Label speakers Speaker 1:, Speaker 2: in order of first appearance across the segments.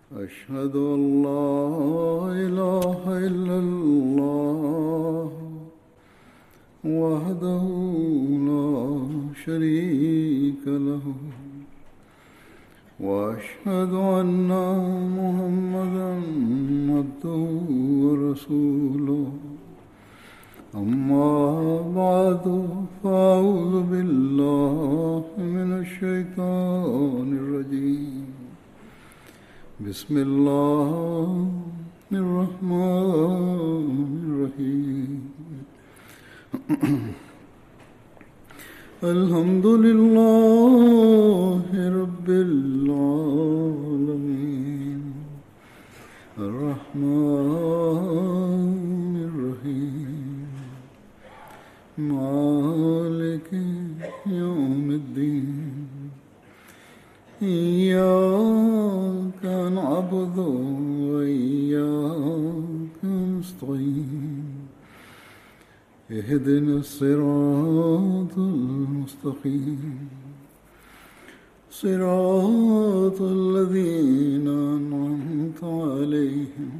Speaker 1: أشهد أن لا إله إلا الله وحده لا شريك له وأشهد أن محمدا عبده ورسوله أما بعد فأعوذ بالله من الشيطان الرجيم بسم الله الرحمن الرحيم الحمد لله رب العالمين الرحمن الرحيم مالك يوم الدين إياك نعبد وإياك نستعين اهدنا الصراط المستقيم صراط الذين أنعمت عليهم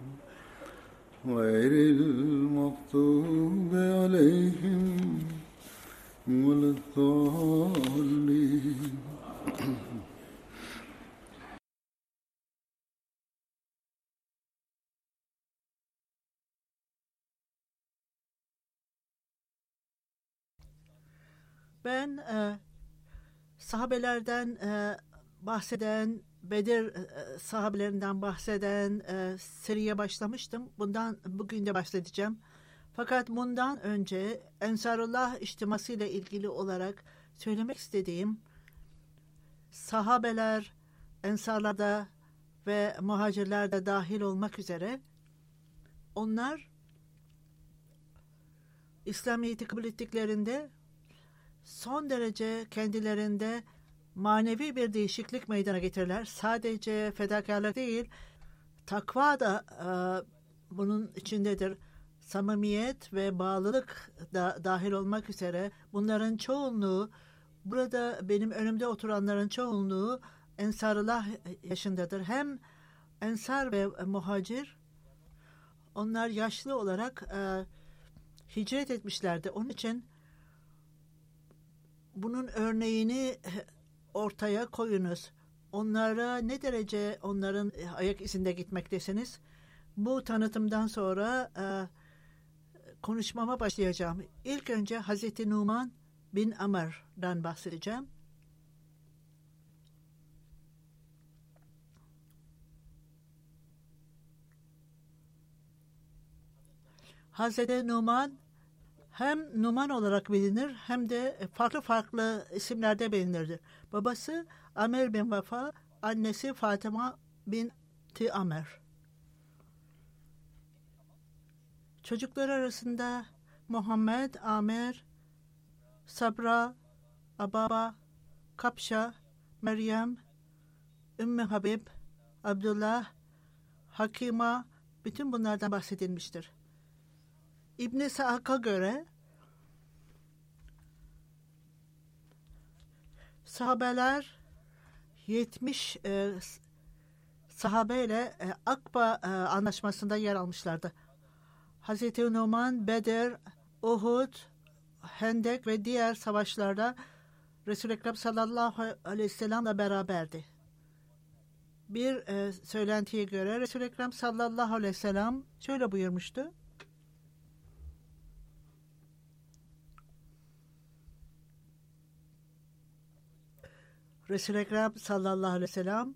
Speaker 1: غير المغضوب عليهم ولا الضالين.
Speaker 2: Ben sahabelerden bahseden, Bedir sahabelerinden bahseden seriye başlamıştım. Bugün de bahsedeceğim. Fakat bundan önce Ensarullah içtiması ile ilgili olarak söylemek istediğim sahabeler, ensarlarda ve muhacirlerde dahil olmak üzere onlar İslamiyet'i kabul ettiklerinde son derece kendilerinde manevi bir değişiklik meydana getirirler. Sadece fedakarlık değil, takva da bunun içindedir. Samimiyet ve bağlılık da dahil olmak üzere bunların çoğunluğu, burada benim önümde oturanların çoğunluğu Ensarullah yaşındadır. Hem Ensar ve muhacir, onlar yaşlı olarak hicret etmişlerdi. Onun için bunun örneğini ortaya koyunuz. Onlara ne derece onların ayak izinde gitmektesiniz? Bu tanıtımdan sonra konuşmama başlayacağım. İlk önce Hazreti Numan bin Amr'dan bahsedeceğim. Hazreti Numan hem Numan olarak bilinir hem de farklı isimlerde bilinirdi. Babası Amer bin Vefa, annesi Fatıma binti Amer. Çocuklar arasında Muhammed, Amer, Sabra, Ababa, Kapşa, Meryem, Ümmü Habib, Abdullah, Hakima, bütün bunlardan bahsedilmiştir. İbn-i Sa'd'a göre sahabeler 70 sahabeyle Akba anlaşmasında yer almışlardı. Hazreti Numan, Bedir, Uhud, Hendek ve diğer savaşlarda Resul-i Ekrem sallallahu aleyhi ve sellem'le beraberdi. Bir söylentiye göre Resul-i Ekrem sallallahu aleyhi ve sellem şöyle buyurmuştu. Resul-i Ekrem sallallahu aleyhi ve sellem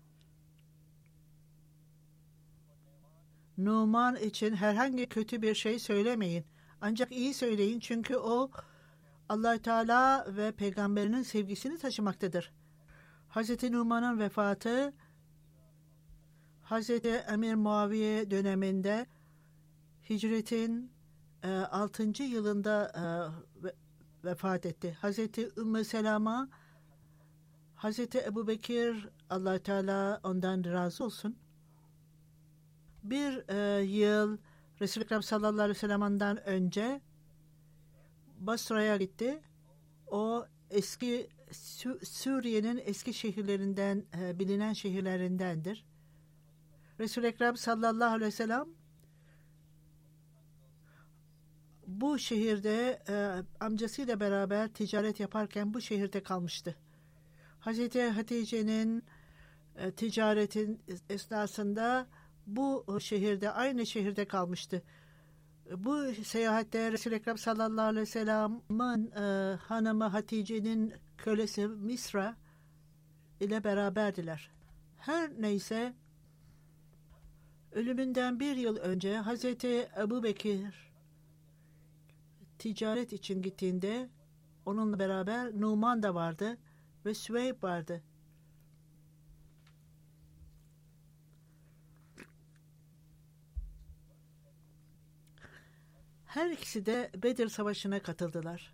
Speaker 2: Numan için herhangi kötü bir şey söylemeyin. Ancak iyi söyleyin çünkü o Allah Teala ve peygamberinin sevgisini taşımaktadır. Hazreti Numan'ın vefatı Hazreti Emir Muaviye döneminde hicretin 6. yılında vefat etti. Hazreti Ümmü Selama, Hazreti Ebubekir, Allah Teala ondan razı olsun, bir yıl Resul-i Ekrem sallallahu aleyhi ve sellem'den önce Basra'ya gitti. O eski Suriye'nin eski şehirlerinden, bilinen şehirlerindendir. Resul-i Ekrem sallallahu aleyhi ve sellem bu şehirde amcasıyla beraber ticaret yaparken bu şehirde kalmıştı. Hazreti Hatice'nin ticaretin esnasında bu şehirde, aynı şehirde kalmıştı. Bu seyahatte Resul-i Ekrem sallallahu aleyhi ve sellem'in hanımı Hatice'nin kölesi Misra ile beraberdiler. Her neyse, ölümünden bir yıl önce Hazreti Ebu Bekir ticaret için gittiğinde onunla beraber Numan da vardı ve Süveyb vardı. Her ikisi de Bedir Savaşı'na katıldılar.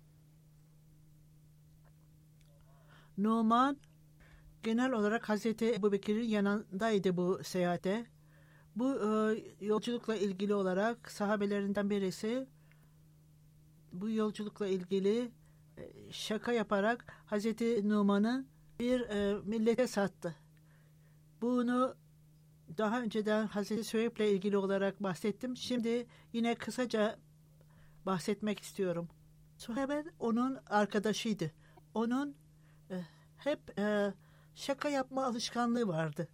Speaker 2: Numan genel olarak Hazreti Ebubekir'in yanındaydı bu seyahatte. Bu yolculukla ilgili olarak sahabelerinden birisi bu yolculukla ilgili şaka yaparak Hazreti Numan'ı bir millete sattı. Bunu daha önceden Hazreti Süheyb'le ilgili olarak bahsettim. Şimdi yine kısaca bahsetmek istiyorum. Süheyb onun arkadaşıydı. Onun hep şaka yapma alışkanlığı vardı.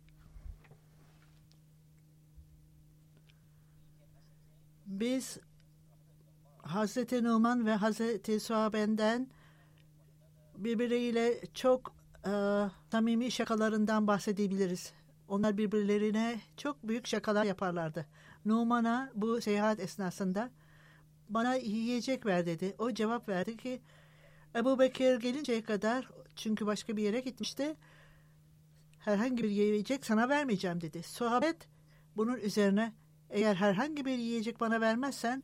Speaker 2: Biz Hazreti Numan ve Hazreti Süheyb'den birbirleriyle çok samimi şakalarından bahsedebiliriz. Onlar birbirlerine çok büyük şakalar yaparlardı. Numan'a bu seyahat esnasında bana yiyecek ver dedi. O cevap verdi ki Ebu Bekir gelinceye kadar, çünkü başka bir yere gitmişti, herhangi bir yiyecek sana vermeyeceğim dedi. Sahabet bunun üzerine eğer herhangi bir yiyecek bana vermezsen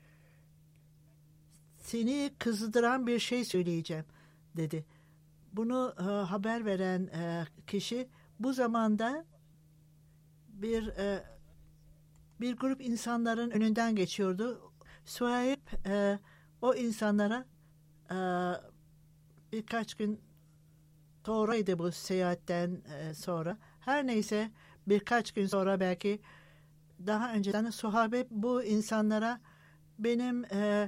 Speaker 2: seni kızdıran bir şey söyleyeceğim dedi. Bunu haber veren kişi bu zamanda bir grup insanların önünden geçiyordu. Süheyb o insanlara birkaç gün sonraydı bu seyahatten sonra. Her neyse birkaç gün sonra, belki daha önceden Süheyb bu insanlara benim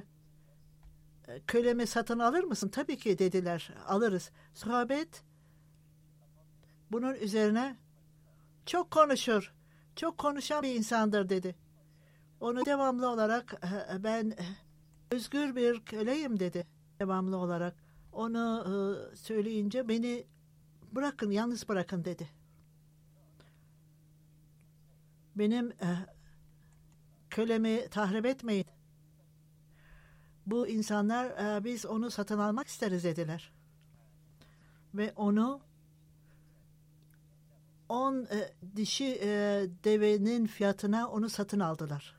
Speaker 2: kölemi satın alır mısın? Tabii ki dediler, alırız. Süheyb bunun üzerine çok konuşur, çok konuşan bir insandır dedi. Onu devamlı olarak ben özgür bir köleyim dedi. Devamlı olarak onu söyleyince beni bırakın, yalnız bırakın dedi. Benim kölemi tahrip etmeyin. Bu insanlar biz onu satın almak isteriz dediler. Ve onu 10 dişi devenin fiyatına onu satın aldılar.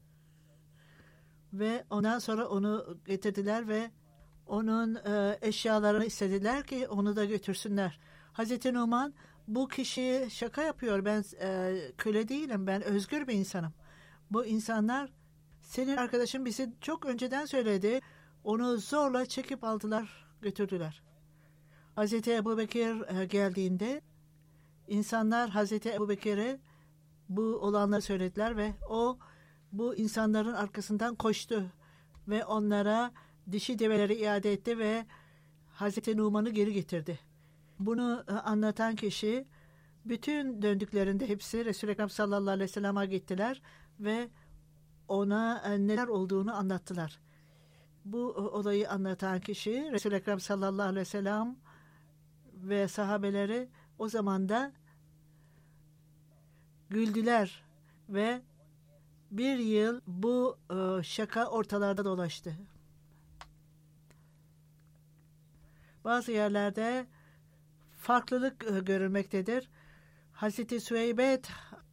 Speaker 2: Ve ondan sonra onu getirdiler ve onun eşyalarını istediler ki onu da götürsünler. Hazreti Numan, bu kişi şaka yapıyor, ben köle değilim, ben özgür bir insanım. Bu insanlar, senin arkadaşın bize çok önceden söyledi, onu zorla çekip aldılar, götürdüler. Hazreti Ebubekir geldiğinde insanlar Hazreti Ebubekir'e bu olanları söylediler ve o bu insanların arkasından koştu ve onlara dişi develeri iade etti ve Hazreti Numan'ı geri getirdi. Bunu anlatan kişi, bütün döndüklerinde hepsi Resul-i Ekrem sallallahu aleyhi ve sellem'e gittiler ve ona neler olduğunu anlattılar. Bu olayı anlatan kişi Resul-i Ekrem sallallahu aleyhi ve sellem ve sahabeleri o zaman da güldüler ve bir yıl bu şaka ortalarda dolaştı. Bazı yerlerde farklılık görülmektedir. Hazreti Süheyb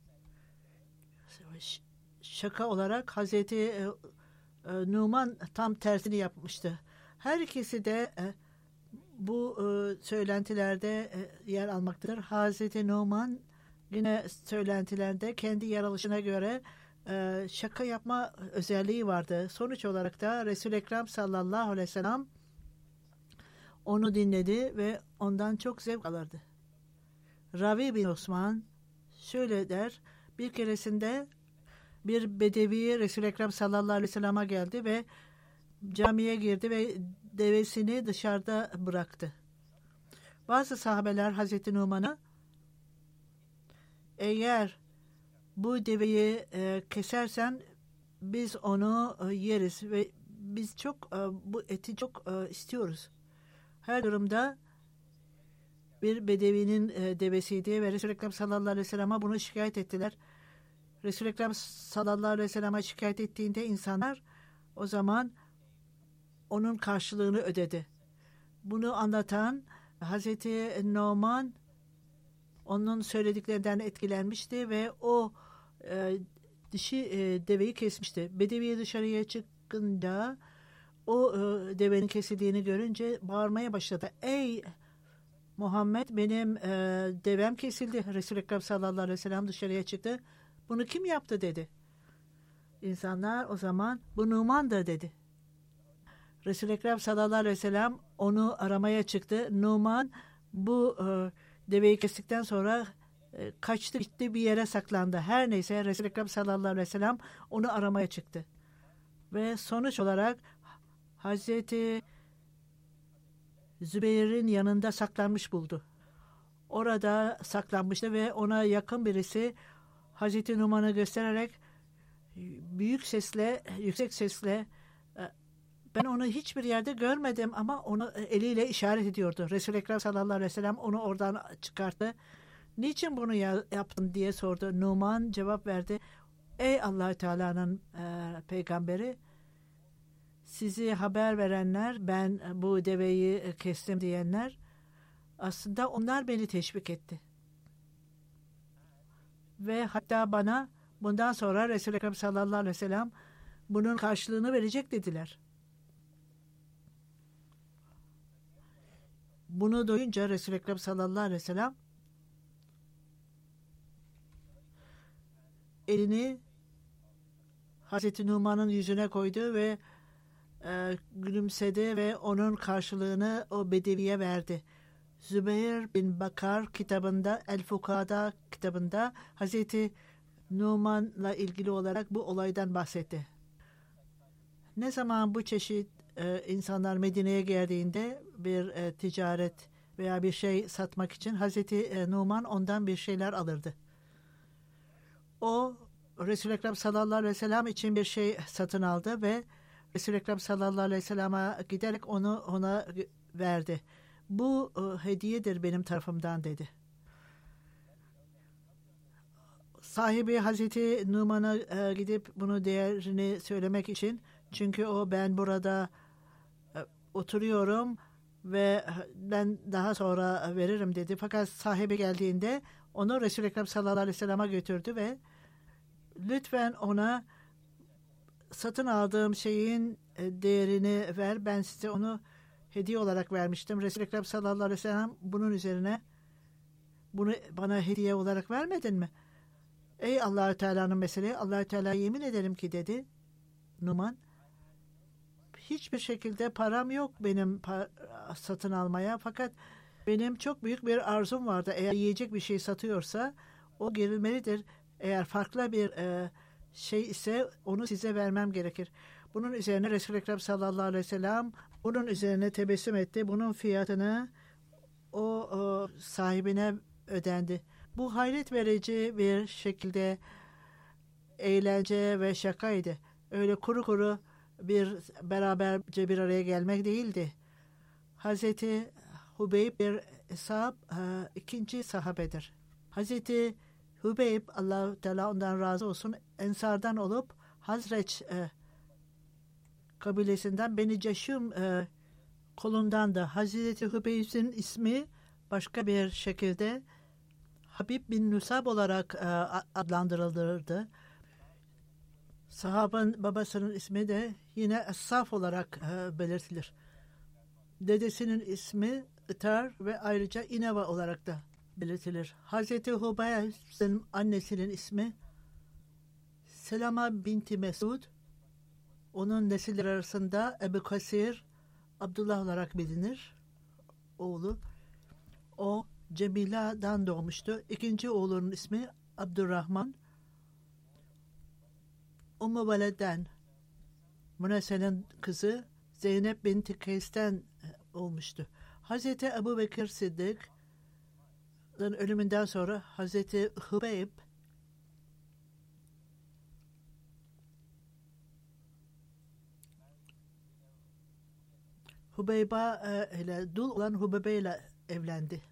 Speaker 2: şaka olarak Hazreti Numan tam tersini yapmıştı. Her ikisi de bu söylentilerde yer almaktadır. Hazreti Numan yine söylentilerde kendi yer alışına göre şaka yapma özelliği vardı. Sonuç olarak da Resul-i Ekrem sallallahu aleyhi ve sellem onu dinledi ve ondan çok zevk alırdı. Ravi bin Osman şöyle der. Bir keresinde bir bedevi Resul-i Ekrem sallallahu aleyhi ve sellem'e geldi ve camiye girdi ve devesini dışarıda bıraktı. Bazı sahabeler Hazreti Numan'a, eğer bu deveyi kesersen biz onu yeriz ve biz çok bu eti çok istiyoruz. Her durumda bir bedevinin devesiydi ve Resul-i Ekrem sallallahu aleyhi ve sellem'e bunu şikayet ettiler. Resul-i Ekrem sallallahu aleyhi ve sellem'e şikayet ettiğinde insanlar o zaman onun karşılığını ödedi. Bunu anlatan Hazreti Numan onun söylediklerinden etkilenmişti ve o dişi deveyi kesmişti. Bedevi dışarıya çıkınca o devenin kesildiğini görünce bağırmaya başladı. Ey Muhammed, benim devem kesildi. Resul-i Ekrem sallallahu aleyhi ve sellem dışarıya çıktı. Bunu kim yaptı dedi. İnsanlar o zaman bu Numan'dır dedi. Resul-i Ekrem sallallahu aleyhi ve sellem onu aramaya çıktı. Numan bu deveyi kestikten sonra kaçtı, gitti, bir yere saklandı. Her neyse Resul-i Ekrem sallallahu aleyhi ve sellem onu aramaya çıktı. Ve sonuç olarak Hazreti Zübeyir'in yanında saklanmış buldu. Orada saklanmıştı ve ona yakın birisi Hazreti Numan'ı göstererek yüksek sesle ben onu hiçbir yerde görmedim ama onu eliyle işaret ediyordu. Resul-i Ekrem sallallahu aleyhi ve sellem onu oradan çıkarttı. Niçin bunu yaptın diye sordu. Numan cevap verdi. Ey Allah-u Teala'nın peygamberi, sizi haber verenler, ben bu deveyi kestim diyenler, aslında onlar beni teşvik etti. Ve hatta bana bundan sonra Resul-i Ekrem sallallahu aleyhi ve sellem bunun karşılığını verecek dediler. Bunu duyunca Resul-i Ekrem sallallahu aleyhi ve sellem elini Hazreti Numan'ın yüzüne koydu ve gülümsedi ve onun karşılığını o bedeviye verdi. Zübeyir bin Bakar kitabında, El-Fukada kitabında Hazreti Numan'la ilgili olarak bu olaydan bahsetti. Ne zaman bu çeşit insanlar Medine'ye geldiğinde bir ticaret veya bir şey satmak için Hazreti Numan ondan bir şeyler alırdı. O Resul-i Ekrem sallallahu aleyhi ve sellem için bir şey satın aldı ve Resul-i Ekrem sallallahu aleyhi ve sellem'e giderek onu ona verdi. Bu hediyedir benim tarafımdan dedi. Sahibi Hazreti Numan'a gidip bunu değerini söylemek için, çünkü o ben burada oturuyorum ve ben daha sonra veririm dedi. Fakat sahibi geldiğinde onu Resul-i Ekrem sallallahu aleyhi ve sellem'e götürdü ve lütfen ona satın aldığım şeyin değerini ver. Ben size onu hediye olarak vermiştim. Resul-i Ekrem sallallahu aleyhi ve sellem bunun üzerine bunu bana hediye olarak vermedin mi? Ey Allah-u Teala'nın meseleyi, Allah-u Teala'ya yemin ederim ki dedi Numan. Hiçbir şekilde param yok benim satın almaya, fakat benim çok büyük bir arzum vardı. Eğer yiyecek bir şey satıyorsa o girilmelidir. Eğer farklı bir şey ise onu size vermem gerekir. Bunun üzerine Resul-i Ekrem sallallahu aleyhi ve sellem bunun üzerine tebessüm etti. Bunun fiyatını o sahibine ödendi. Bu hayret verici bir şekilde eğlence ve şakaydı. Öyle kuru kuru bir beraberce bir araya gelmek değildi. Hazreti Hubeyb bir ikinci sahabedir. Hazreti Hubeyb, Allah-u Teala ondan razı olsun, Ensardan olup Hazreç kabilesinden Beni Ceşum kolundan da. Hazreti Hubeyb'in ismi başka bir şekilde Habib bin Nusab olarak adlandırılırdı. Sahabenin babasının ismi de yine Esaf olarak belirtilir. Dedesinin ismi Itar ve ayrıca İneva olarak da belirtilir. Hazreti Hubeyb'in annesinin ismi Selama binti Mesud. Onun nesilleri arasında Ebu Kasir Abdullah olarak bilinir. Oğlu. O Cemila'dan doğmuştu. İkinci oğlunun ismi Abdurrahman Ummu Veled'den Münese'nin kızı Zeynep binti Kays'ten olmuştu. Hazreti Ebu Bekir Sıddık'ın ölümünden sonra Hazreti Hubeyba ile dul olan Hubeybe ile evlendi.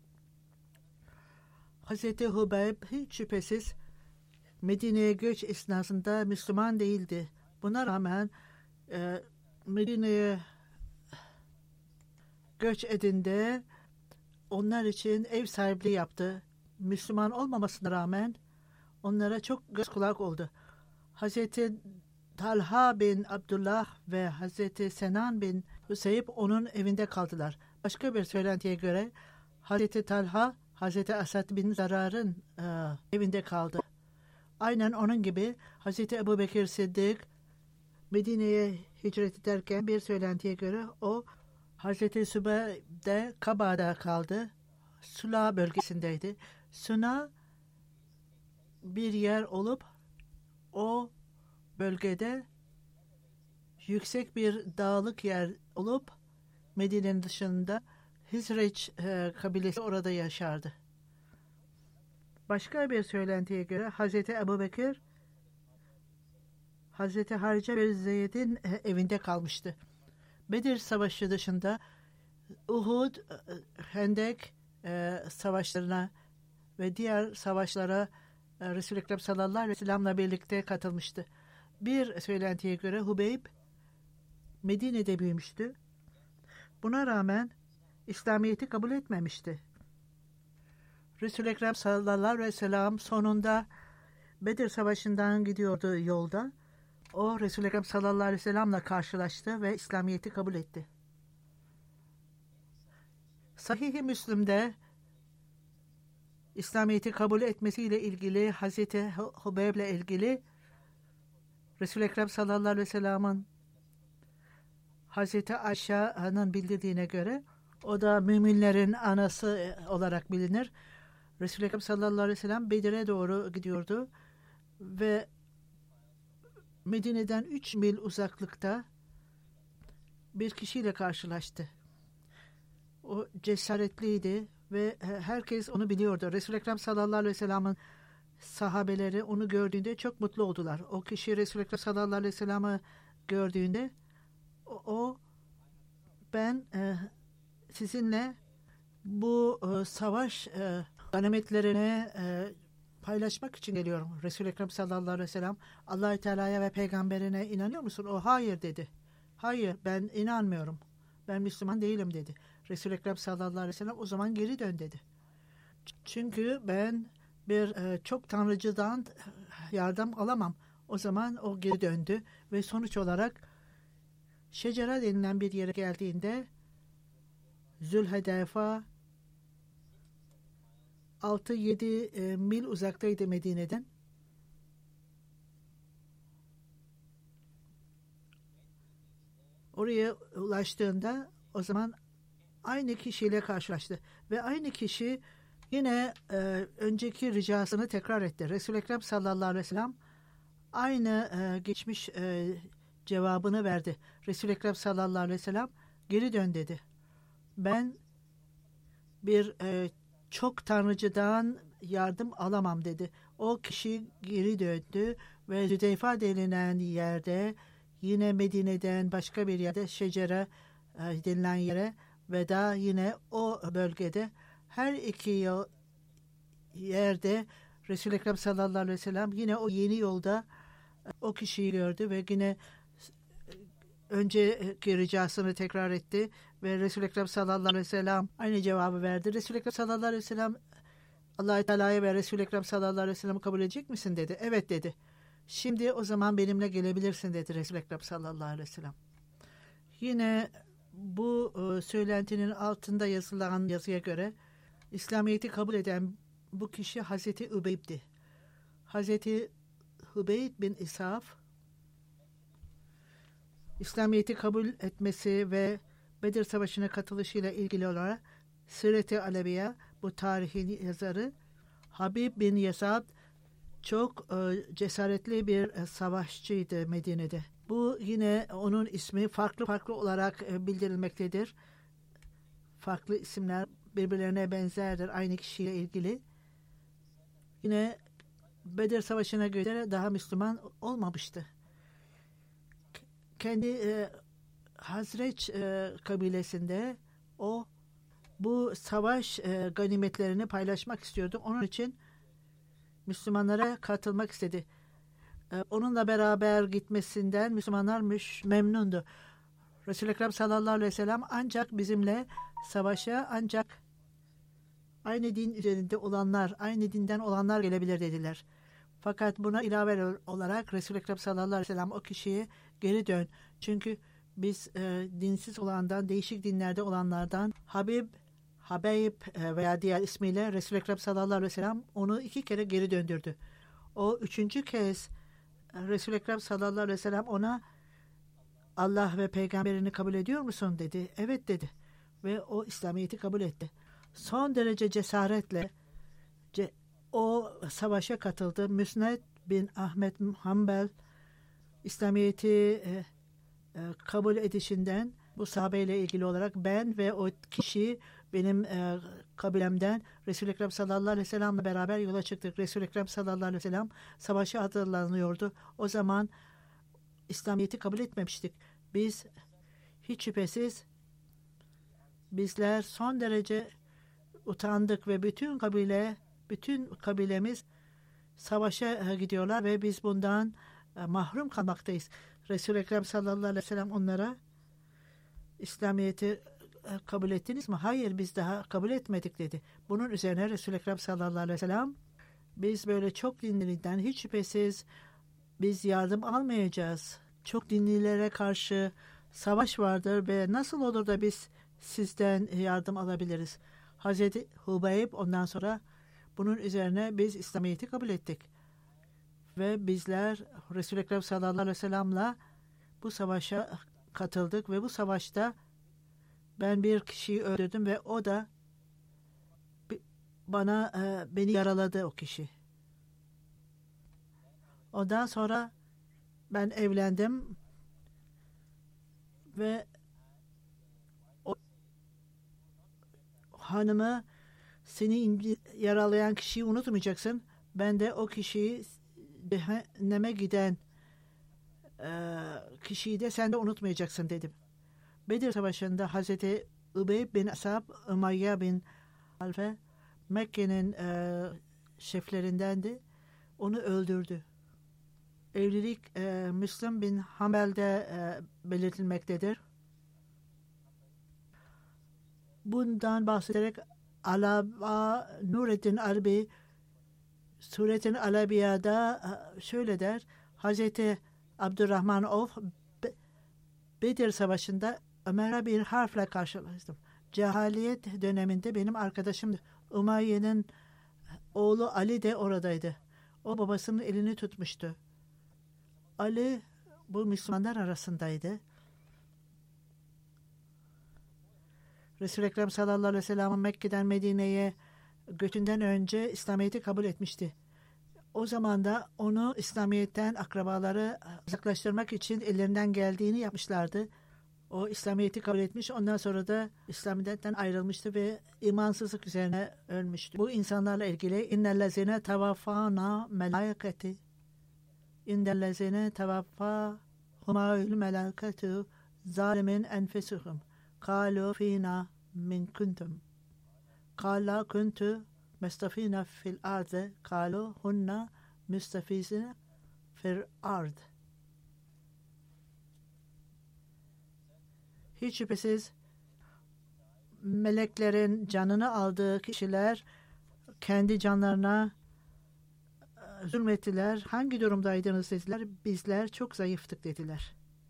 Speaker 2: Hazreti Hubeyb hiç şüphesiz Medine'ye göç esnasında Müslüman değildi. Buna rağmen Medine'ye göç edinde onlar için ev sahipliği yaptı. Müslüman olmamasına rağmen onlara çok göz kulak oldu. Hazreti Talha bin Abdullah ve Hazreti Senan bin Hüseyb onun evinde kaldılar. Başka bir söylentiye göre Hazreti Talha Hazreti Asad bin Zarar'ın evinde kaldı. Aynen onun gibi Hazreti Ebu Bekir Sıddık Medine'ye hicret ederken bir söylentiye göre o Hazreti Sübeyde Kaba'da kaldı. Sula bölgesindeydi. Suna bir yer olup o bölgede yüksek bir dağlık yer olup Medine'nin dışında Hizreç kabilesi orada yaşardı. Başka bir söylentiye göre Hazreti Ebu Bekir Hazreti Harice ve Zeyd'in evinde kalmıştı. Bedir Savaşı dışında Uhud, Hendek savaşlarına ve diğer savaşlara Resul-i Ekrem sallallahu aleyhi ve sellem'le birlikte katılmıştı. Bir söylentiye göre Hubeyb Medine'de büyümüştü. Buna rağmen İslamiyet'i kabul etmemişti. Resul-i Ekrem sallallahu aleyhi ve sellem sonunda Bedir Savaşı'ndan gidiyordu yolda. O Resul-i Ekrem sallallahu aleyhi ve sellem'le karşılaştı ve İslamiyet'i kabul etti. Sahih-i Müslim'de İslamiyet'i kabul etmesiyle ilgili Hazreti Hubeyb'le ilgili Resul-i Ekrem sallallahu aleyhi ve sellem'in Hazreti Ayşe'nin bildirdiğine göre o da müminlerin anası olarak bilinir. Resul-i Ekrem sallallahu aleyhi ve sellem Bedir'e doğru gidiyordu ve Medine'den 3 mil uzaklıkta bir kişiyle karşılaştı. O cesaretliydi ve herkes onu biliyordu. Resul-i Ekrem sallallahu aleyhi ve sellem'in sahabeleri onu gördüğünde çok mutlu oldular. O kişi Resul-i Ekrem sallallahu aleyhi ve sellem'i gördüğünde ben sizinle bu savaş ganimetlerini paylaşmak için geliyorum. Resul-i Ekrem sallallahu aleyhi ve sellem Allah-u Teala'ya ve peygamberine inanıyor musun? O hayır dedi. Hayır ben inanmıyorum. Ben Müslüman değilim dedi. Resul-i Ekrem sallallahu aleyhi ve sellem o zaman geri dön dedi. Çünkü ben bir çok tanrıcıdan yardım alamam. O zaman o geri döndü ve sonuç olarak Şecera denilen bir yere geldiğinde Zülhedeyfa 6-7 mil uzaktaydı Medine'den. Oraya ulaştığında o zaman aynı kişiyle karşılaştı. Ve aynı kişi yine önceki ricasını tekrar etti. Resul-i Ekrem sallallahu aleyhi ve sellem aynı geçmiş cevabını verdi. Resul-i Ekrem sallallahu aleyhi ve sellem geri dön dedi. Ben bir çok tanrıcıdan yardım alamam dedi. O kişi geri döndü ve Züdeyfa denilen yerde yine Medine'den başka bir yerde Şecere denilen yere ve daha yine o bölgede her iki yerde Resul-i Ekrem sallallahu aleyhi ve sellem yine o yeni yolda o kişiyi gördü ve yine önceki ricasını tekrar etti ve Resul-i Ekrem sallallahu aleyhi ve sellem aynı cevabı verdi. Resul-i Ekrem sallallahu aleyhi ve sellem Allah-u Teala'ya ve Resul-i Ekrem sallallahu aleyhi ve sellem'i kabul edecek misin dedi. Evet dedi. Şimdi o zaman benimle gelebilirsin dedi Resul-i Ekrem sallallahu aleyhi ve sellem. Yine bu söylentinin altında yazılan yazıya göre İslamiyet'i kabul eden bu kişi Hazreti Übeyb'di. Hazreti Hubeyb bin İsaf İslamiyet'i kabul etmesi ve Bedir Savaşı'na katılışıyla ilgili olarak Siret-i Aleviye bu tarihin yazarı Habib bin Yesad çok cesaretli bir savaşçıydı Medine'de. Bu yine onun ismi farklı olarak bildirilmektedir. Farklı isimler birbirlerine benzerdir aynı kişiyle ilgili. Yine Bedir Savaşı'na göre daha Müslüman olmamıştı. Kendi Hazreç kabilesinde o bu savaş ganimetlerini paylaşmak istiyordu. Onun için Müslümanlara katılmak istedi. Onunla beraber gitmesinden Müslümanlar memnundu. Resul-i Ekrem sallallahu aleyhi ve sellem ancak bizimle savaşa ancak aynı din üzerinde olanlar, aynı dinden olanlar gelebilir dediler. Fakat buna ilave olarak Resul-i Ekrem sallallahu aleyhi ve sellem o kişiye geri dön. Çünkü biz dinsiz olandan, değişik dinlerde olanlardan Habeyb veya diğer ismiyle Resul-i Ekrem sallallahu aleyhi ve sellem onu 2 kere geri döndürdü. O 3. kez Resul-i Ekrem sallallahu aleyhi ve sellem ona Allah ve peygamberini kabul ediyor musun dedi. Evet dedi. Ve o İslamiyet'i kabul etti. Son derece cesaretle o savaşa katıldı. Müsned bin Ahmet Hanbel İslamiyet'i kabul edişinden bu sahabeyle ilgili olarak ben ve o kişi benim kabilemden Resul-i Ekrem sallallahu aleyhi ve sellem'le beraber yola çıktık. Resul-i Ekrem sallallahu aleyhi ve sellem savaşa hazırlanıyordu. O zaman İslamiyet'i kabul etmemiştik. Biz hiç şüphesiz bizler son derece utandık ve bütün kabilemiz savaşa gidiyorlar ve biz bundan mahrum kalmaktayız. Resul-i Ekrem sallallahu aleyhi ve sellem onlara İslamiyet'i kabul ettiniz mi? Hayır biz daha kabul etmedik dedi. Bunun üzerine Resul-i Ekrem sallallahu aleyhi ve sellem biz böyle çok dinliden hiç şüphesiz biz yardım almayacağız. Çok dinlilere karşı savaş vardır ve nasıl olur da biz sizden yardım alabiliriz? Hazreti Hubeyb ondan sonra bunun üzerine biz İslamiyet'i kabul ettik. Ve bizler Resul-i Ekrem sallallahu aleyhi ve sellem'le bu savaşa katıldık ve bu savaşta ben bir kişiyi öldürdüm ve o da beni yaraladı o kişi. Ondan sonra ben evlendim ve o hanımı seni yaralayan kişiyi unutmayacaksın. Ben de o kişiyi cehenneme giden kişiyi de sen de unutmayacaksın dedim. Bedir Savaşı'nda Hazreti Übey bin Asab, Umayya bin Halfe Mekke'nin şeflerindendi. Onu öldürdü. Evlilik Müslim bin Hanbel'de belirtilmektedir. Bundan bahsederek Alaba Nureddin Albi Suretin Alabiya'da şöyle der. Hazreti Abdurrahman Avf Bedir Savaşı'nda Ömer'e bir harfle karşılaştım. Cehaliyet döneminde benim arkadaşım Umayye'nin oğlu Ali de oradaydı. O babasının elini tutmuştu. Ali bu Müslümanlar arasındaydı. Resul-i Ekrem sallallahu aleyhi ve sellem Mekke'den Medine'ye göçünden önce İslamiyet'i kabul etmişti. O zaman da onu İslamiyet'ten akrabaları uzaklaştırmak için ellerinden geldiğini yapmışlardı. O İslamiyet'i kabul etmiş. Ondan sonra da İslamiyet'ten ayrılmıştı ve imansızlık üzerine ölmüştü. Bu insanlarla ilgili innellezine tevaffana melâiketi innellezine tevaffahumâül melâketu zalimin enfesuhum kâlu fînâ min kuntum kâlâ kuntu mestafîne fil ardı kâlu hunna müstefîzine fil ard. Hiç şüphesiz meleklerin canını aldığı kişiler kendi canlarına zulmettiler. Hangi durumdaydınız dediler. Bizler çok zayıftık dediler.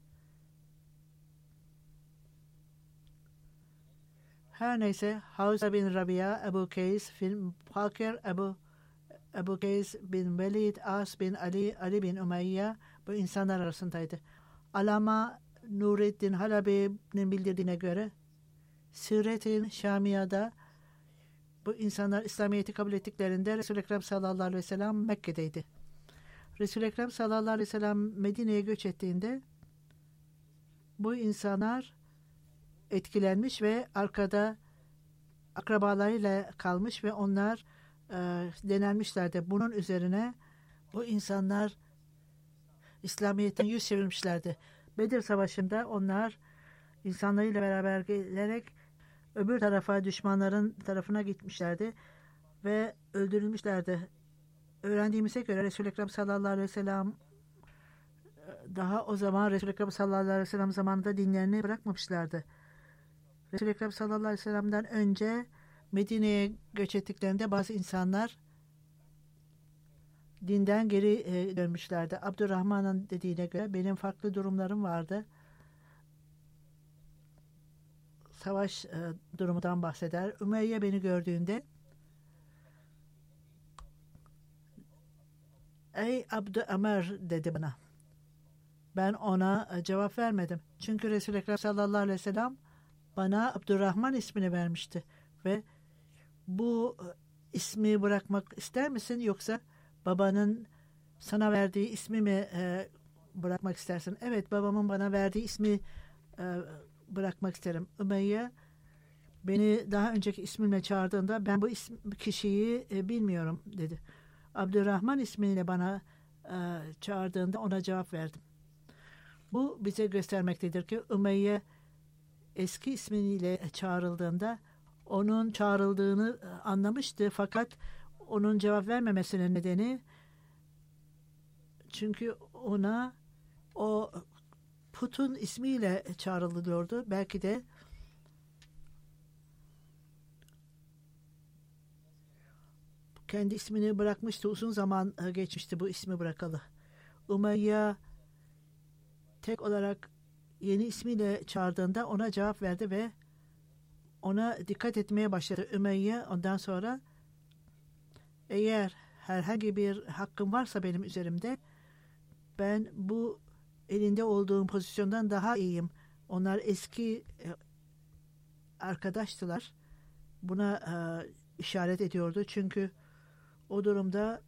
Speaker 2: Her neyse Havza bin Rabia, Ebu Kays bin Fakir, Ebu Kays bin Velid, As bin Ali, Ali bin Umayya bu insanlar arasındaydı. Alama Nureddin Halabi'nin bildirdiğine göre Siret-i Şamiya'da bu insanlar İslamiyet'i kabul ettiklerinde Resul-i Ekrem sallallahu aleyhi ve sellem Mekke'deydi. Resul-i Ekrem sallallahu aleyhi ve sellem Medine'ye göç ettiğinde bu insanlar etkilenmiş ve arkada akrabalarıyla kalmış ve onlar denenmişlerdi. Bunun üzerine bu insanlar İslamiyet'ten yüz çevirmişlerdi. Bedir Savaşı'nda onlar insanlarıyla beraber gelerek öbür tarafa, düşmanların tarafına gitmişlerdi ve öldürülmüşlerdi. Öğrendiğimize göre Resul-i Ekrem sallallahu aleyhi ve sellem daha o zaman Resul-i Ekrem sallallahu aleyhi ve sellem zamanında dinlerini bırakmamışlardı. Resul-i Ekrem sallallahu aleyhi ve sellem'den önce Medine'ye göç ettiklerinde bazı insanlar dinden geri dönmüşlerdi. Abdurrahman'ın dediğine göre benim farklı durumlarım vardı. Savaş durumundan bahseder. Ümeyye beni gördüğünde "Ey Abdü Ömer" dedi bana. Ben ona cevap vermedim. Çünkü Resul-i Ekrem sallallahu aleyhi ve sellem bana Abdurrahman ismini vermişti. Ve bu ismi bırakmak ister misin yoksa babanın sana verdiği ismi mi bırakmak istersin? Evet, babamın bana verdiği ismi bırakmak isterim. Ümeyye beni daha önceki ismimle çağırdığında ben bu kişiyi bilmiyorum dedi. Abdurrahman ismiyle bana çağırdığında ona cevap verdim. Bu bize göstermektedir ki Ümeyye eski ismiyle çağrıldığında onun çağrıldığını anlamıştı, fakat onun cevap vermemesinin nedeni çünkü ona o putun ismiyle çağrılıyordu. Belki de kendi ismini bırakmıştı. Uzun zaman geçmişti bu ismi bırakalı. Umayya tek olarak yeni ismiyle çağırdığında ona cevap verdi ve ona dikkat etmeye başladı. Ümeyye ondan sonra eğer herhangi bir hakkım varsa benim üzerimde ben bu elinde olduğum pozisyondan daha iyiyim. Onlar eski arkadaştılar. Buna işaret ediyordu. Çünkü o durumda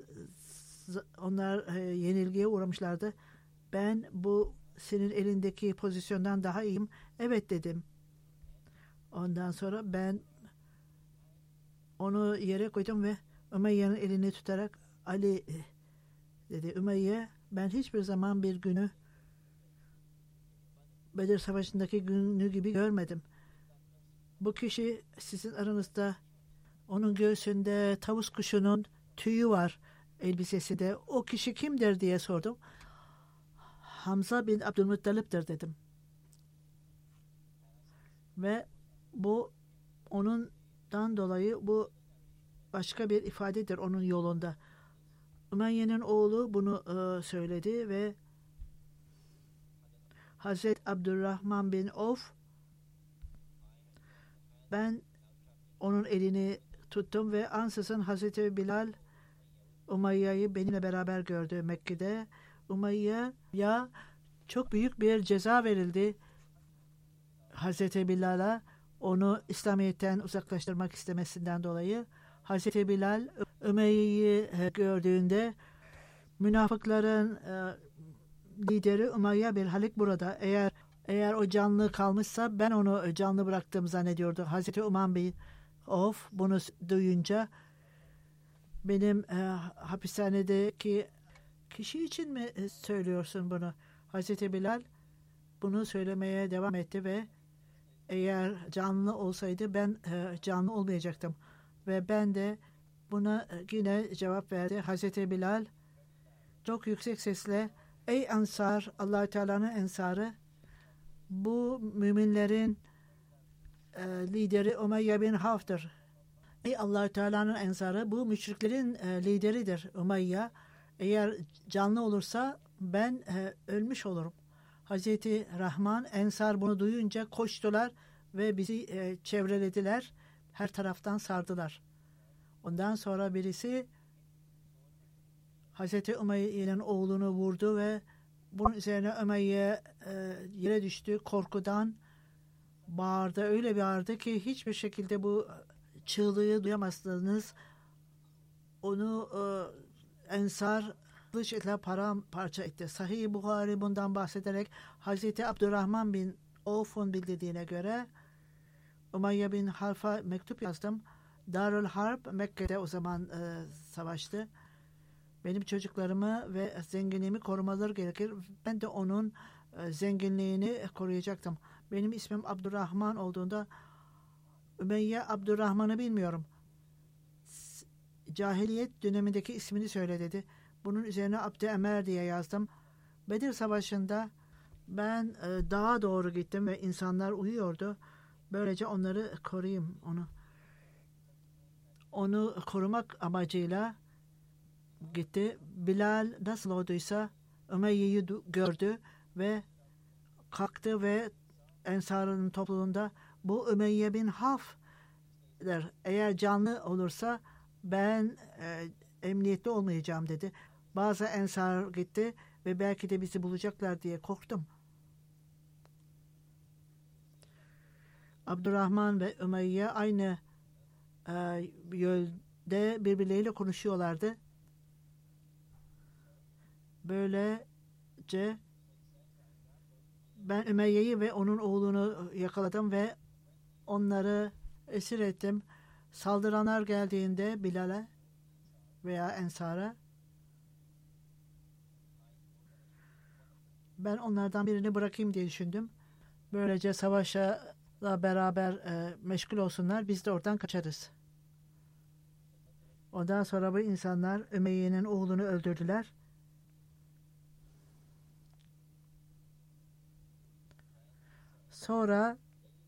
Speaker 2: onlar yenilgiye uğramışlardı. Ben bu senin elindeki pozisyondan daha iyiyim. Evet dedim. Ondan sonra ben onu yere koydum ve Ümeyye'nin elini tutarak Ali dedi. Ümeyye, ben hiçbir zaman bir günü Bedir Savaşı'ndaki günü gibi görmedim. Bu kişi sizin aranızda, onun göğsünde tavus kuşunun tüyü var elbisesinde. O kişi kimdir diye sordum. Hamza bin Abdülmuttalip'tir dedim. Ve bu onundan dolayı bu başka bir ifadedir onun yolunda. Ümeyye'nin oğlu bunu söyledi ve Hazreti Abdurrahman bin Avf, ben onun elini tuttum ve ansızın Hazreti Bilal Umayya'yı benimle beraber gördü Mekke'de. Umayya'ya çok büyük bir ceza verildi. Hazreti Bilal'a onu İslamiyet'ten uzaklaştırmak istemesinden dolayı. Hazreti Bilal Ümeyye'yi gördüğünde münafıkların lideri Umayya bin Halik burada. Eğer o canlı kalmışsa ben onu canlı bıraktığımı zannediyordu. Hazreti Uman bin Avf bunu duyunca benim hapishanedeki kişi için mi söylüyorsun bunu? Hazreti Bilal bunu söylemeye devam etti ve eğer canlı olsaydı ben canlı olmayacaktım. Ve ben de buna yine cevap verdi. Hazreti Bilal çok yüksek sesle, ey Ensar, Allah-u Teala'nın ensarı, bu müminlerin lideri Umayya bin Havf'tır. Ey Allah-u Teala'nın ensarı, bu müşriklerin lideridir Umayya. Eğer canlı olursa ben ölmüş olurum. Hazreti Rahman, Ensar bunu duyunca koştular ve bizi çevrelediler. Her taraftan sardılar. Ondan sonra birisi Hazreti Umayye'nin oğlunu vurdu ve bunun üzerine Umayye yere düştü. Korkudan bağırdı. Öyle bağırdı ki hiçbir şekilde bu çığlığı duyamazsınız. Onu Ensar kılıç ile paramparça etti. Sahih Buhari bundan bahsederek Hazreti Abdurrahman bin Avf'un bildirdiğine göre Umayye bin Half'a mektup yazdım. Darül Harp Mekke'de o zaman savaştı. Benim çocuklarımı ve zenginliğimi korumaları gerekir. Ben de onun zenginliğini koruyacaktım. Benim ismim Abdurrahman olduğunda Ümeyye Abdurrahman'ı bilmiyorum. Cahiliyet dönemindeki ismini söyle dedi. Bunun üzerine Abdü Emer diye yazdım. Bedir Savaşı'nda ben dağa doğru gittim ve insanlar uyuyordu. Böylece onları koruyayım onu. Onu korumak amacıyla gitti. Bilal nasıl olduysa Ümeyye'yi gördü ve kalktı ve Ensar'ın topluluğunda bu Ümeyye bin Haf der. Eğer canlı olursa ben emniyette olmayacağım dedi. Bazı Ensar gitti ve belki de bizi bulacaklar diye korktum. Abdurrahman ve Ümeyye aynı yolda birbirleriyle konuşuyorlardı. Böylece ben Ümeyye'yi ve onun oğlunu yakaladım ve onları esir ettim. Saldıranlar geldiğinde Bilal'e veya Ensar'a ben onlardan birini bırakayım diye düşündüm. Böylece savaşa beraber meşgul olsunlar. Biz de oradan kaçarız. Ondan sonra bu insanlar Ümeyye'nin oğlunu öldürdüler. Sonra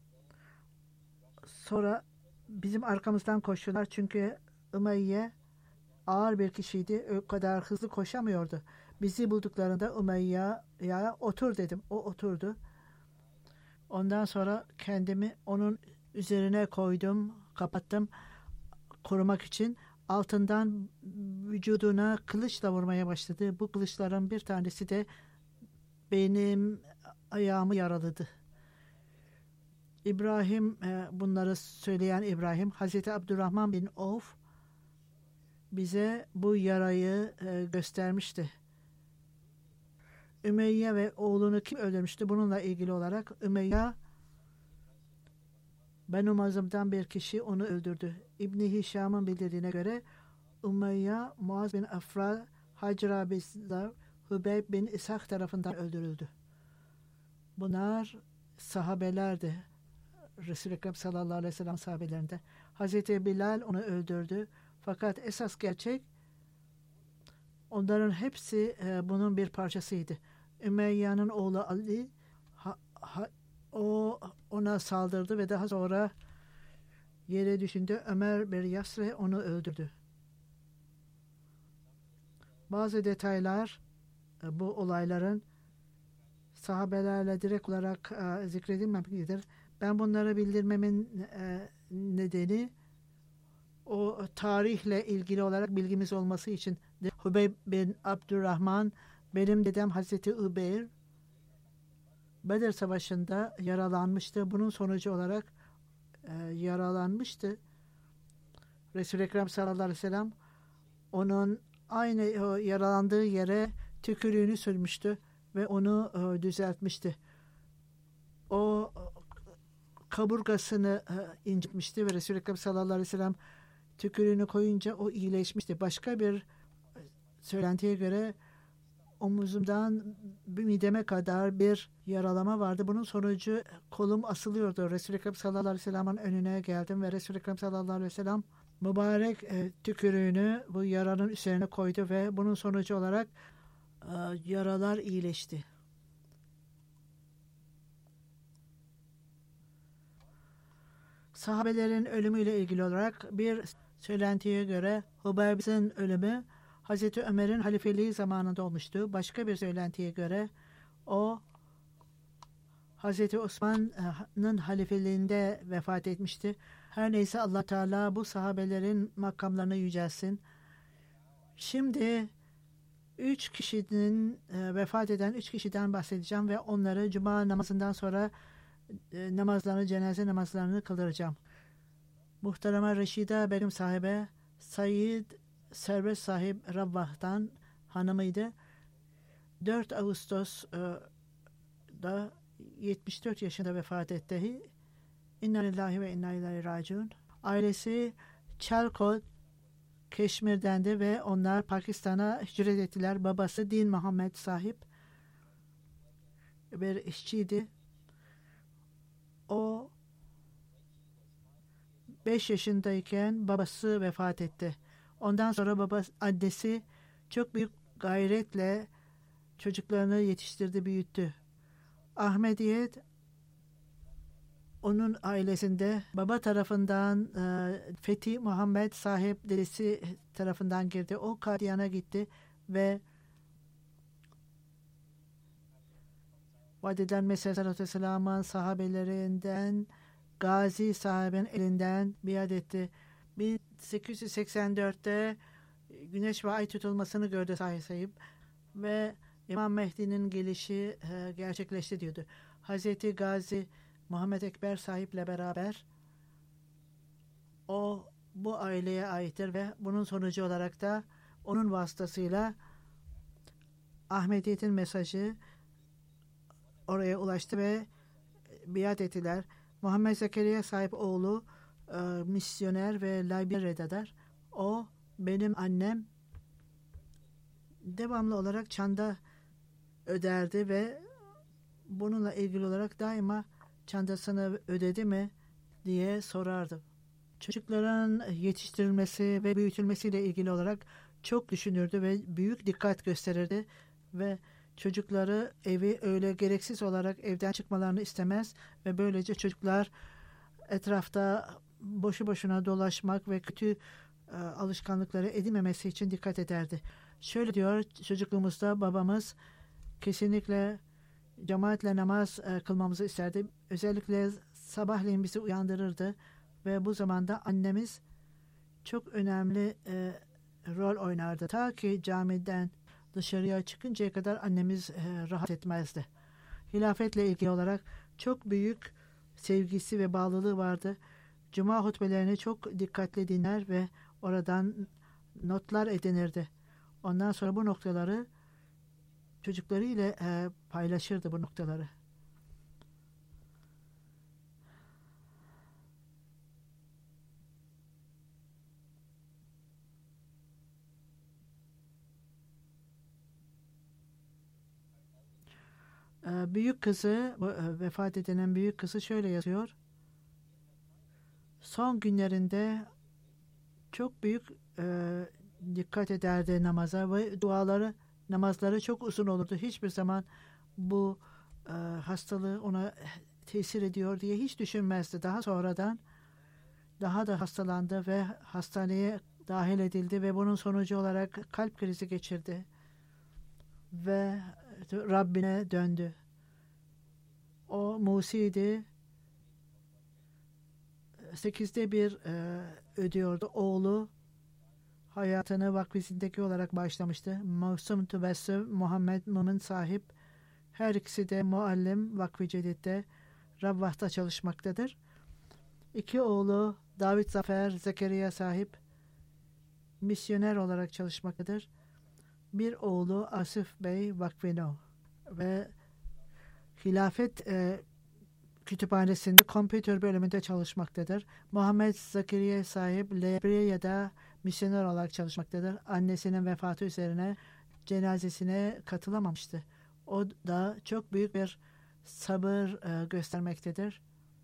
Speaker 2: bizim arkamızdan koştular. Çünkü Ümeyye ağır bir kişiydi. O kadar hızlı koşamıyordu. Bizi bulduklarında Ümeyye'ye otur dedim. O oturdu. Ondan sonra kendimi onun üzerine koydum, kapattım korumak için. Altından vücuduna kılıçla vurmaya başladı. Bu kılıçların bir tanesi de benim ayağımı yaraladı. İbrahim, bunları söyleyen İbrahim, Hazreti Abdurrahman bin Avf bize bu yarayı göstermişti. Ümeyye ve oğlunu kim öldürmüştü? Bununla ilgili olarak Ümeyye Benu Mazım'dan bir kişi onu öldürdü. İbni Hişam'ın bildirdiğine göre Ümeyye Muaz bin Afra, Hacra bin Hübeyb bin İshak tarafından öldürüldü. Bunlar sahabelerdi. Resul-i Ekrem sallallahu aleyhi ve sellem sahabelerinde. Hazreti Bilal onu öldürdü. Fakat esas gerçek onların hepsi bunun bir parçasıydı. Ümeyye'nin oğlu Ali o ona saldırdı ve daha sonra yere düşündü. Ömer bin Yasre onu öldürdü. Bazı detaylar bu olayların sahabelerle direkt olarak zikredilmemektedir. Ben bunları bildirmemin nedeni o tarihle ilgili olarak bilgimiz olması için. Hübeyb bin Abdurrahman, benim dedem Hazreti Übeyr, Bedir Savaşı'nda yaralanmıştı. Bunun sonucu olarak yaralanmıştı. Resul-i Ekrem sallallahu aleyhi ve sellem onun aynı yaralandığı yere tükürüğünü sürmüştü ve onu düzeltmişti. O kaburgasını incitmişti ve Resul-i Ekrem sallallahu aleyhi ve sellem tükürüğünü koyunca o iyileşmişti. Başka bir söylentiye göre omuzumdan mideme kadar bir yaralama vardı. Bunun sonucu kolum asılıyordu. Resul-i Ekrem sallallahu aleyhi ve sellem'in önüne geldim ve Resul-i Ekrem sallallahu aleyhi ve sellem mübarek tükürüğünü bu yaranın üzerine koydu ve bunun sonucu olarak yaralar iyileşti. Sahabelerin ölümüyle ilgili olarak bir söylentiye göre Hubeyb'in ölümü Hazreti Ömer'in halifeliği zamanında olmuştu. Başka bir söylentiye göre o Hazreti Osman'ın halifeliğinde vefat etmişti. Her neyse Allah Teala bu sahabelerin makamlarını yücelsin. Şimdi vefat eden 3 kişiden bahsedeceğim ve onları cuma namazından sonra cenaze namazlarını kıldıracağım. Muhtereme Reşida Begüm sahibe, Said Serbest sahip Rabbah'tan hanımıydı. 4 Ağustos'da 74 yaşında vefat etti. İnna lillahi ve inna ileyhi raciun. Ailesi Chalkot, Keşmir'dendi ve onlar Pakistan'a hicret ettiler. Babası Din Muhammed Sahip bir işçiydi. O 5 yaşındayken babası vefat etti. Ondan sonra annesi çok büyük gayretle çocuklarını yetiştirdi, büyüttü. Ahmediyet onun ailesinde baba tarafından Fethi Muhammed Sahip dedesi tarafından girdi. O Kadiyan'a gitti ve Vadiden Mesih Aleyhisselam'ın sahabelerinden Gazi sahibinin elinden biat etti. 1884'te güneş ve ay tutulmasını gördü sahip ve İmam Mehdi'nin gelişi gerçekleşti diyordu. Hazreti Gazi Muhammed Ekber sahiple beraber o bu aileye aittir ve bunun sonucu olarak da onun vasıtasıyla Ahmediyet'in mesajı oraya ulaştı ve biat ettiler. Muhammed Zekeriya sahip oğlu misyoner ve Liberya'dadır. O benim annem devamlı olarak çanda öderdi ve bununla ilgili olarak daima çandasını ödedi mi diye sorardı. Çocukların yetiştirilmesi ve büyütülmesiyle ilgili olarak çok düşünürdü ve büyük dikkat gösterirdi ve çocukları evi öyle gereksiz olarak evden çıkmalarını istemez ve böylece çocuklar etrafta boşu boşuna dolaşmak ve kötü alışkanlıkları edinmemesi için dikkat ederdi. Şöyle diyor, çocukluğumuzda babamız kesinlikle cemaatle namaz kılmamızı isterdi. Özellikle sabahleyin bizi uyandırırdı ve bu zamanda annemiz çok önemli rol oynardı. Ta ki camiden dışarıya çıkıncaya kadar annemiz rahat etmezdi. Hilafetle ilgili olarak çok büyük sevgisi ve bağlılığı vardı. Cuma hutbelerini çok dikkatli dinler ve oradan notlar edinirdi. Ondan sonra bu noktaları çocukları ile paylaşırdı bu noktaları. Büyük kızı, vefat edilen büyük kızı şöyle yazıyor. Son günlerinde çok büyük dikkat ederdi namaza ve namazları çok uzun olurdu. Hiçbir zaman bu hastalığı ona tesir ediyor diye hiç düşünmezdi. Daha sonradan daha da hastalandı ve hastaneye dahil edildi ve bunun sonucu olarak kalp krizi geçirdi ve Rabbine döndü. O Musi'ydi. 8'de bir ödüyordu. Oğlu hayatını vakfizindeki olarak başlamıştı. Masum Tübessüm Muhammed Mumin sahip, her ikisi de muallim Vakfı Cedid'de Rabvah'ta çalışmaktadır. 2 oğlu David Zafer Zekeriya sahip misyoner olarak çalışmaktadır. 1 oğlu Asif Bey Vakfino ve Hilafet Kütüphanesi'nde kompütür bölümünde çalışmaktadır. Muhammed Zekeriya sahip Liberya'da misyoner olarak çalışmaktadır. Annesinin vefatı üzerine cenazesine katılamamıştı. O da çok büyük bir sabır göstermektedir.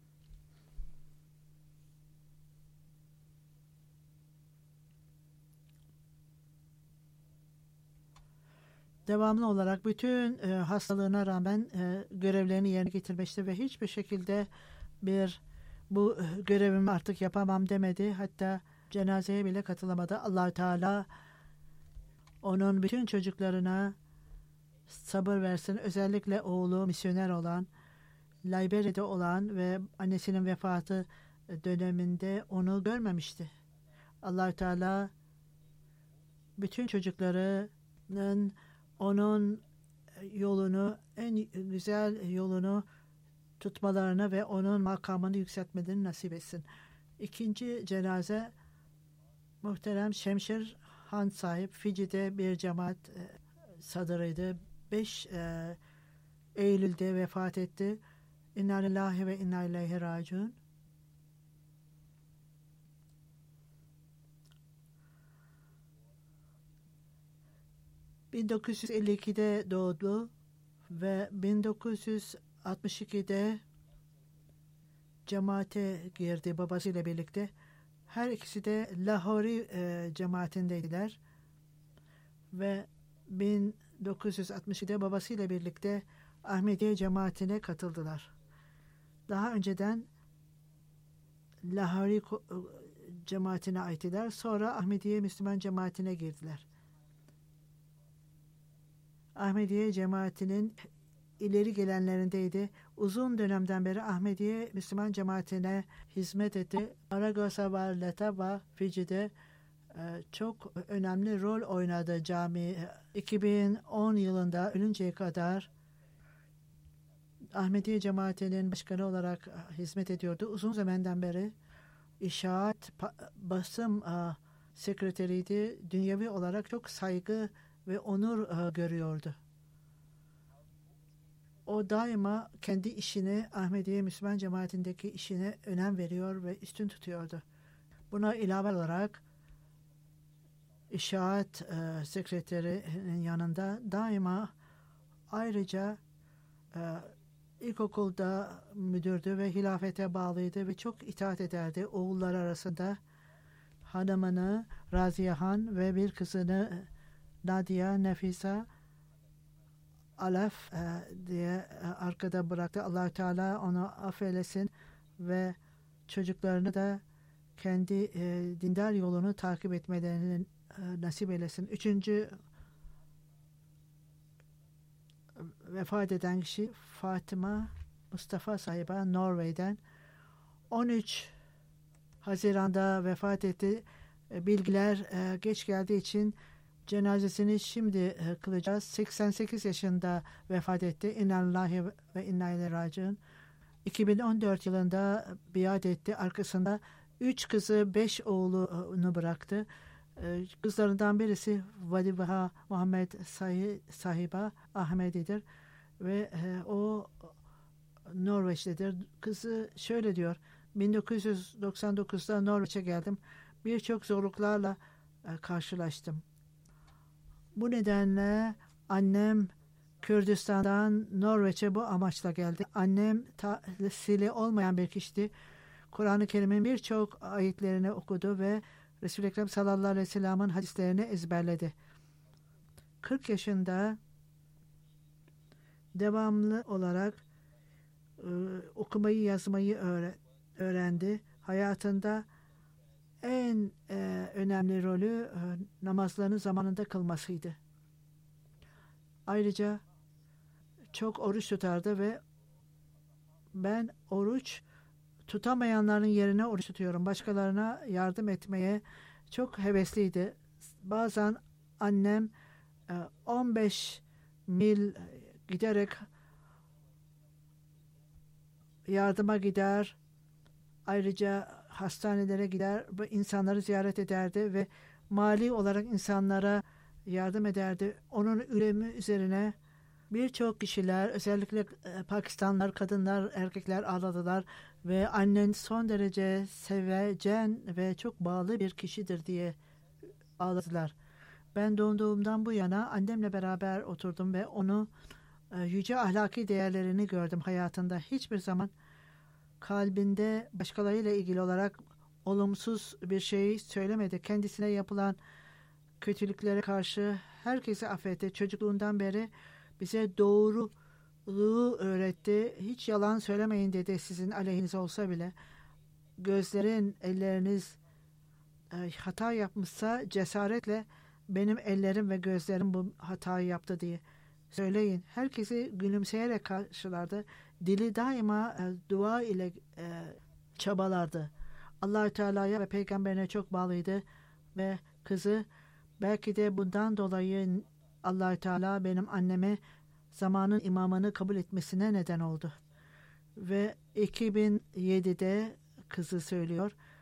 Speaker 2: Devamlı olarak bütün hastalığına rağmen görevlerini yerine getirmişti ve hiçbir şekilde bu görevimi artık yapamam demedi. Hatta cenazeye bile katılamadı. Allah-u Teala onun bütün çocuklarına sabır versin. Özellikle oğlu misyoner olan, Liberya'da olan ve annesinin vefatı döneminde onu görmemişti. Allah-u Teala bütün çocuklarının onun yolunu, en güzel yolunu tutmalarını ve onun makamını yükseltmelerini nasip etsin. İkinci cenaze muhterem Şemşir Han sahip Fiji'de bir cemaat sadırıydı. 5 Eylül'de vefat etti. İnna lillahi ve inna ileyhi raciun. ...1952'de doğdu ve 1962'de cemaate girdi babasıyla birlikte. Her ikisi de Lahori cemaatindeydiler ve 1962'de babasıyla birlikte Ahmediye cemaatine katıldılar. Daha önceden Lahori cemaatine aittiler. Sonra Ahmediye Müslüman cemaatine girdiler. Ahmediye cemaatinin ileri gelenlerindeydi. Uzun dönemden beri Ahmediye Müslüman cemaatine hizmet etti. Aragosa Letaba Fiji'de çok önemli rol oynadı cami. 2010 yılında ölünceye kadar Ahmediye cemaatinin başkanı olarak hizmet ediyordu. Uzun zamandan beri İşaat basım sekreteriydi. Dünyevi olarak çok saygı ve onur görüyordu. O daima kendi işine, Ahmediye Müslüman cemaatindeki işine önem veriyor ve üstün tutuyordu. Buna ilave olarak İşaat sekreterinin yanında daima ayrıca ilkokulda müdürdü ve hilafete bağlıydı ve çok itaat ederdi. Oğullar arasında hanımını Raziye Han ve bir kızını Nadia Nefisa Alef diye arkada bıraktı. Allah Teala onu affeylesin ve çocuklarını da kendi dindar yolunu takip etmelerini nasip eylesin. Üçüncü vefat eden kişi Fatıma Mustafa sahiba Norveç'ten 13 Haziran'da vefat etti. Bilgiler geç geldiği için cenazesini şimdi kılacağız. 88 yaşında vefat etti. İnnallahi ve inna ileyhi raciun. 2014 yılında biat etti. Arkasında 3 kızı 5 oğlunu bıraktı. Kızlarından birisi Vadivaha Muhammed sahiba Ahmedi'dir ve o Norveç'tedir. Kızı şöyle diyor: 1999'da Norveç'e geldim. Birçok zorluklarla karşılaştım. Bu nedenle annem Kürdistan'dan Norveç'e bu amaçla geldi. Annem tahsili olmayan bir kişiydi. Kur'an-ı Kerim'in birçok ayetlerini okudu ve Resul-i Ekrem sallallahu aleyhi ve sellem'in hadislerini ezberledi. 40 yaşında devamlı olarak okumayı yazmayı öğrendi. Hayatında en önemli rolü namazlarını zamanında kılmasıydı. Ayrıca çok oruç tutardı ve ben oruç tutamayanların yerine oruç tutuyorum. Başkalarına yardım etmeye çok hevesliydi. Bazen annem 15 mil giderek yardıma gider. Ayrıca hastanelere gider ve insanları ziyaret ederdi ve mali olarak insanlara yardım ederdi. Onun üremi üzerine birçok kişiler, özellikle Pakistanlılar, kadınlar, erkekler ağladılar ve annen son derece sevecen ve çok bağlı bir kişidir diye ağladılar. Ben doğduğumdan bu yana annemle beraber oturdum ve onu yüce ahlaki değerlerini gördüm hayatında. Hiçbir zaman kalbinde başkalarıyla ilgili olarak olumsuz bir şey söylemedi. Kendisine yapılan kötülüklere karşı herkesi affetti. Çocukluğundan beri bize doğruluğu öğretti. Hiç yalan söylemeyin dedi, sizin aleyhinize olsa bile. Gözlerin, elleriniz hata yapmışsa cesaretle benim ellerim ve gözlerim bu hatayı yaptı diye söyleyin. Herkesi gülümseyerek karşılardı. Dili daima dua ile çabalardı. Allah-u Teala'ya ve peygamberine çok bağlıydı ve kızı belki de bundan dolayı Allah-u Teala benim anneme zamanın imamını kabul etmesine neden oldu. Ve 2007'de kızı söylüyor,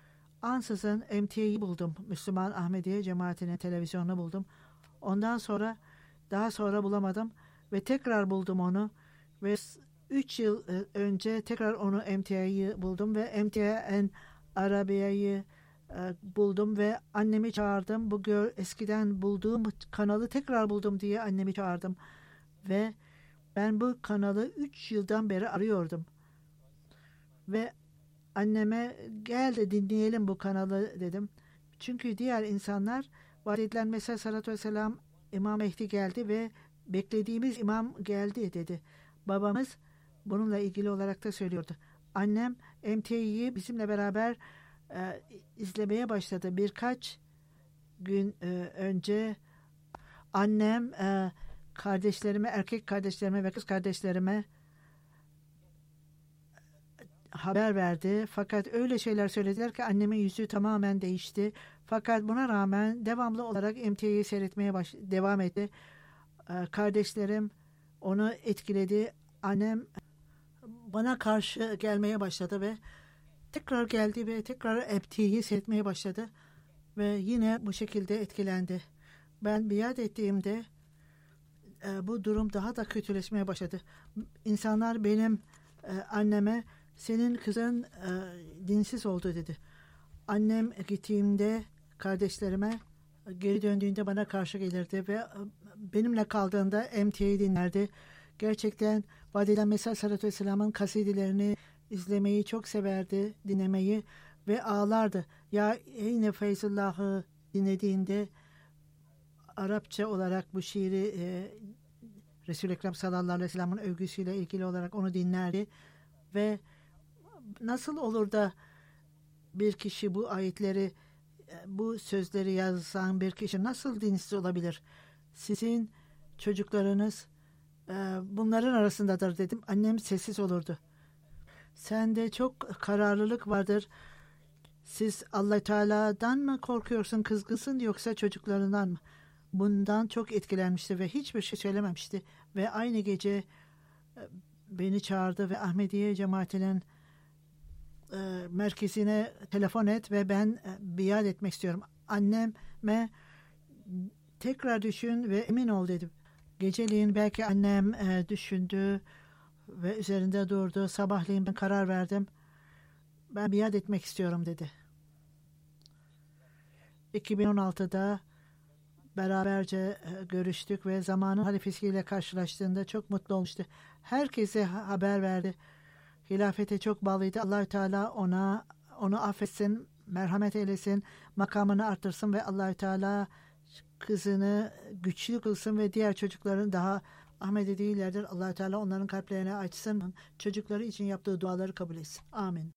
Speaker 2: ansızın MTA'yı buldum. Müslüman Ahmediye Cemaati'nin televizyonunu buldum. Ondan sonra daha sonra bulamadım ve tekrar buldum onu ve 3 yıl önce tekrar onu MTA'yı buldum ve MTA'n Arabia'yı buldum ve annemi çağırdım. Bu eskiden bulduğum kanalı tekrar buldum diye annemi çağırdım ve ben bu kanalı 3 yıldan beri arıyordum ve anneme gel de dinleyelim bu kanalı dedim. Çünkü diğer insanlar vaat edilen Mesih Sallallahu Vesselam İmam Mehdi geldi ve beklediğimiz imam geldi dedi. Babamız bununla ilgili olarak da söylüyordu. Annem MTA'yı bizimle beraber izlemeye başladı. Birkaç gün önce annem kardeşlerime, erkek kardeşlerime ve kız kardeşlerime haber verdi. Fakat öyle şeyler söylediler ki annemin yüzü tamamen değişti. Fakat buna rağmen devamlı olarak MTA'yı seyretmeye devam etti. Kardeşlerim onu etkiledi. Annem bana karşı gelmeye başladı ve tekrar geldi ve tekrar MTA'yı seyretmeye başladı. Ve yine bu şekilde etkilendi. Ben biat ettiğimde bu durum daha da kötüleşmeye başladı. İnsanlar benim anneme senin kızın dinsiz oldu dedi. Annem gittiğimde kardeşlerime geri döndüğünde bana karşı gelirdi ve benimle kaldığında MTA'yı dinlerdi. Gerçekten vaat edilen Mesih Sallallahu Vesselam'ın kasidelerini izlemeyi çok severdi, dinlemeyi ve ağlardı. Ya yine Feyzullah'ı dinlediğinde Arapça olarak bu şiiri Resul-i Ekrem Sallallahu Aleyhi ve Sellem'in övgüsüyle ilgili olarak onu dinlerdi ve nasıl olur da bir kişi bu ayetleri, bu sözleri yazan bir kişi nasıl dinsiz olabilir? Sizin çocuklarınız bunların arasındadır dedim. Annem sessiz olurdu. Sende çok kararlılık vardır. Siz Allah Teala'dan mı korkuyorsun, kızgınsın yoksa çocuklarından mı? Bundan çok etkilenmişti ve hiçbir şey söylememişti. Ve aynı gece beni çağırdı ve Ahmediye Cemaati'nin merkezine telefon et ve ben biat etmek istiyorum. Anneme tekrar düşün ve emin ol dedim. Geceliğin belki annem düşündü ve üzerinde durdu. Sabahleyin ben karar verdim. Ben biat etmek istiyorum dedi. 2016'da beraberce görüştük ve zamanın halifesiyle karşılaştığında çok mutlu olmuştu. Herkese haber verdi. Hilafete çok bağlıydı. Allah-u Teala onu affetsin, merhamet eylesin, makamını artırsın ve Allah-u Teala kızını güçlü kılsın ve diğer çocukların daha Ahmedi değillerdir. Allah-u Teala onların kalplerini açsın. Çocukları için yaptığı duaları kabul etsin. Amin.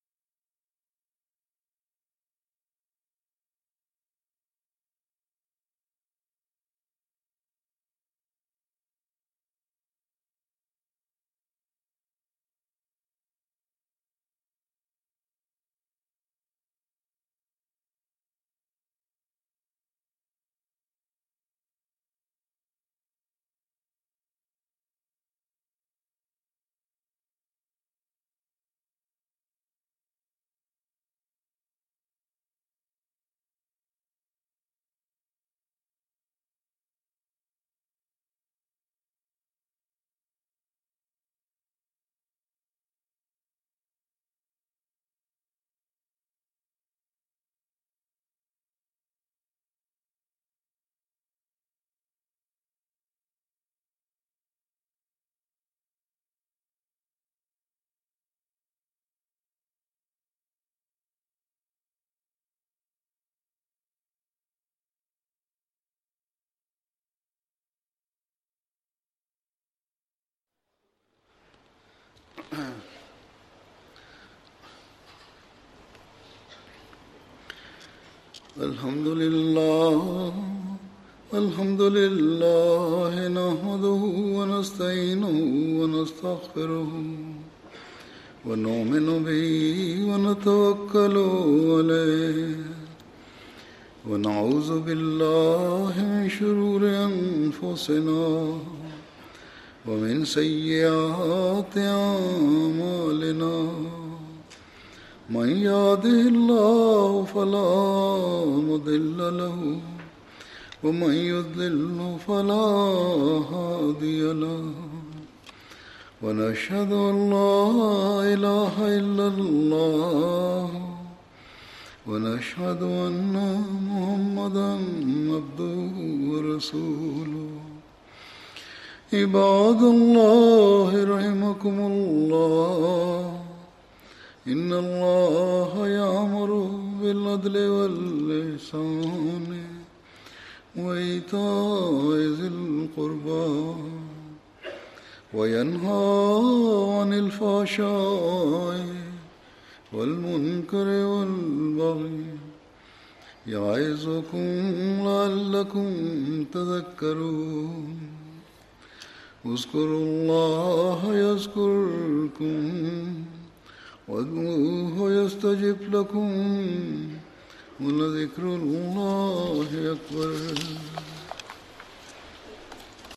Speaker 1: الحمد لله نحمده ونستعينه ونستغفره ونؤمن به ونتوكل عليه ونعوذ بالله من شرور أنفسنا ومن سيئات أعمالنا من يهده الله فلا مضل له ومن يضلل فلا هادي له ونشهد أن لا إله إلا الله ونشهد أن محمدا عبده ورسوله عباد الله رحمكم الله إن الله يأمر بالعدل والإحسان وإيتاء ذي القربى وينهى عن الفحشاء والمنكر والبغي يعظكم لعلكم تذكرون اذكروا الله يذكركم وادعوه يستجب لكم ولذكر الله أكبر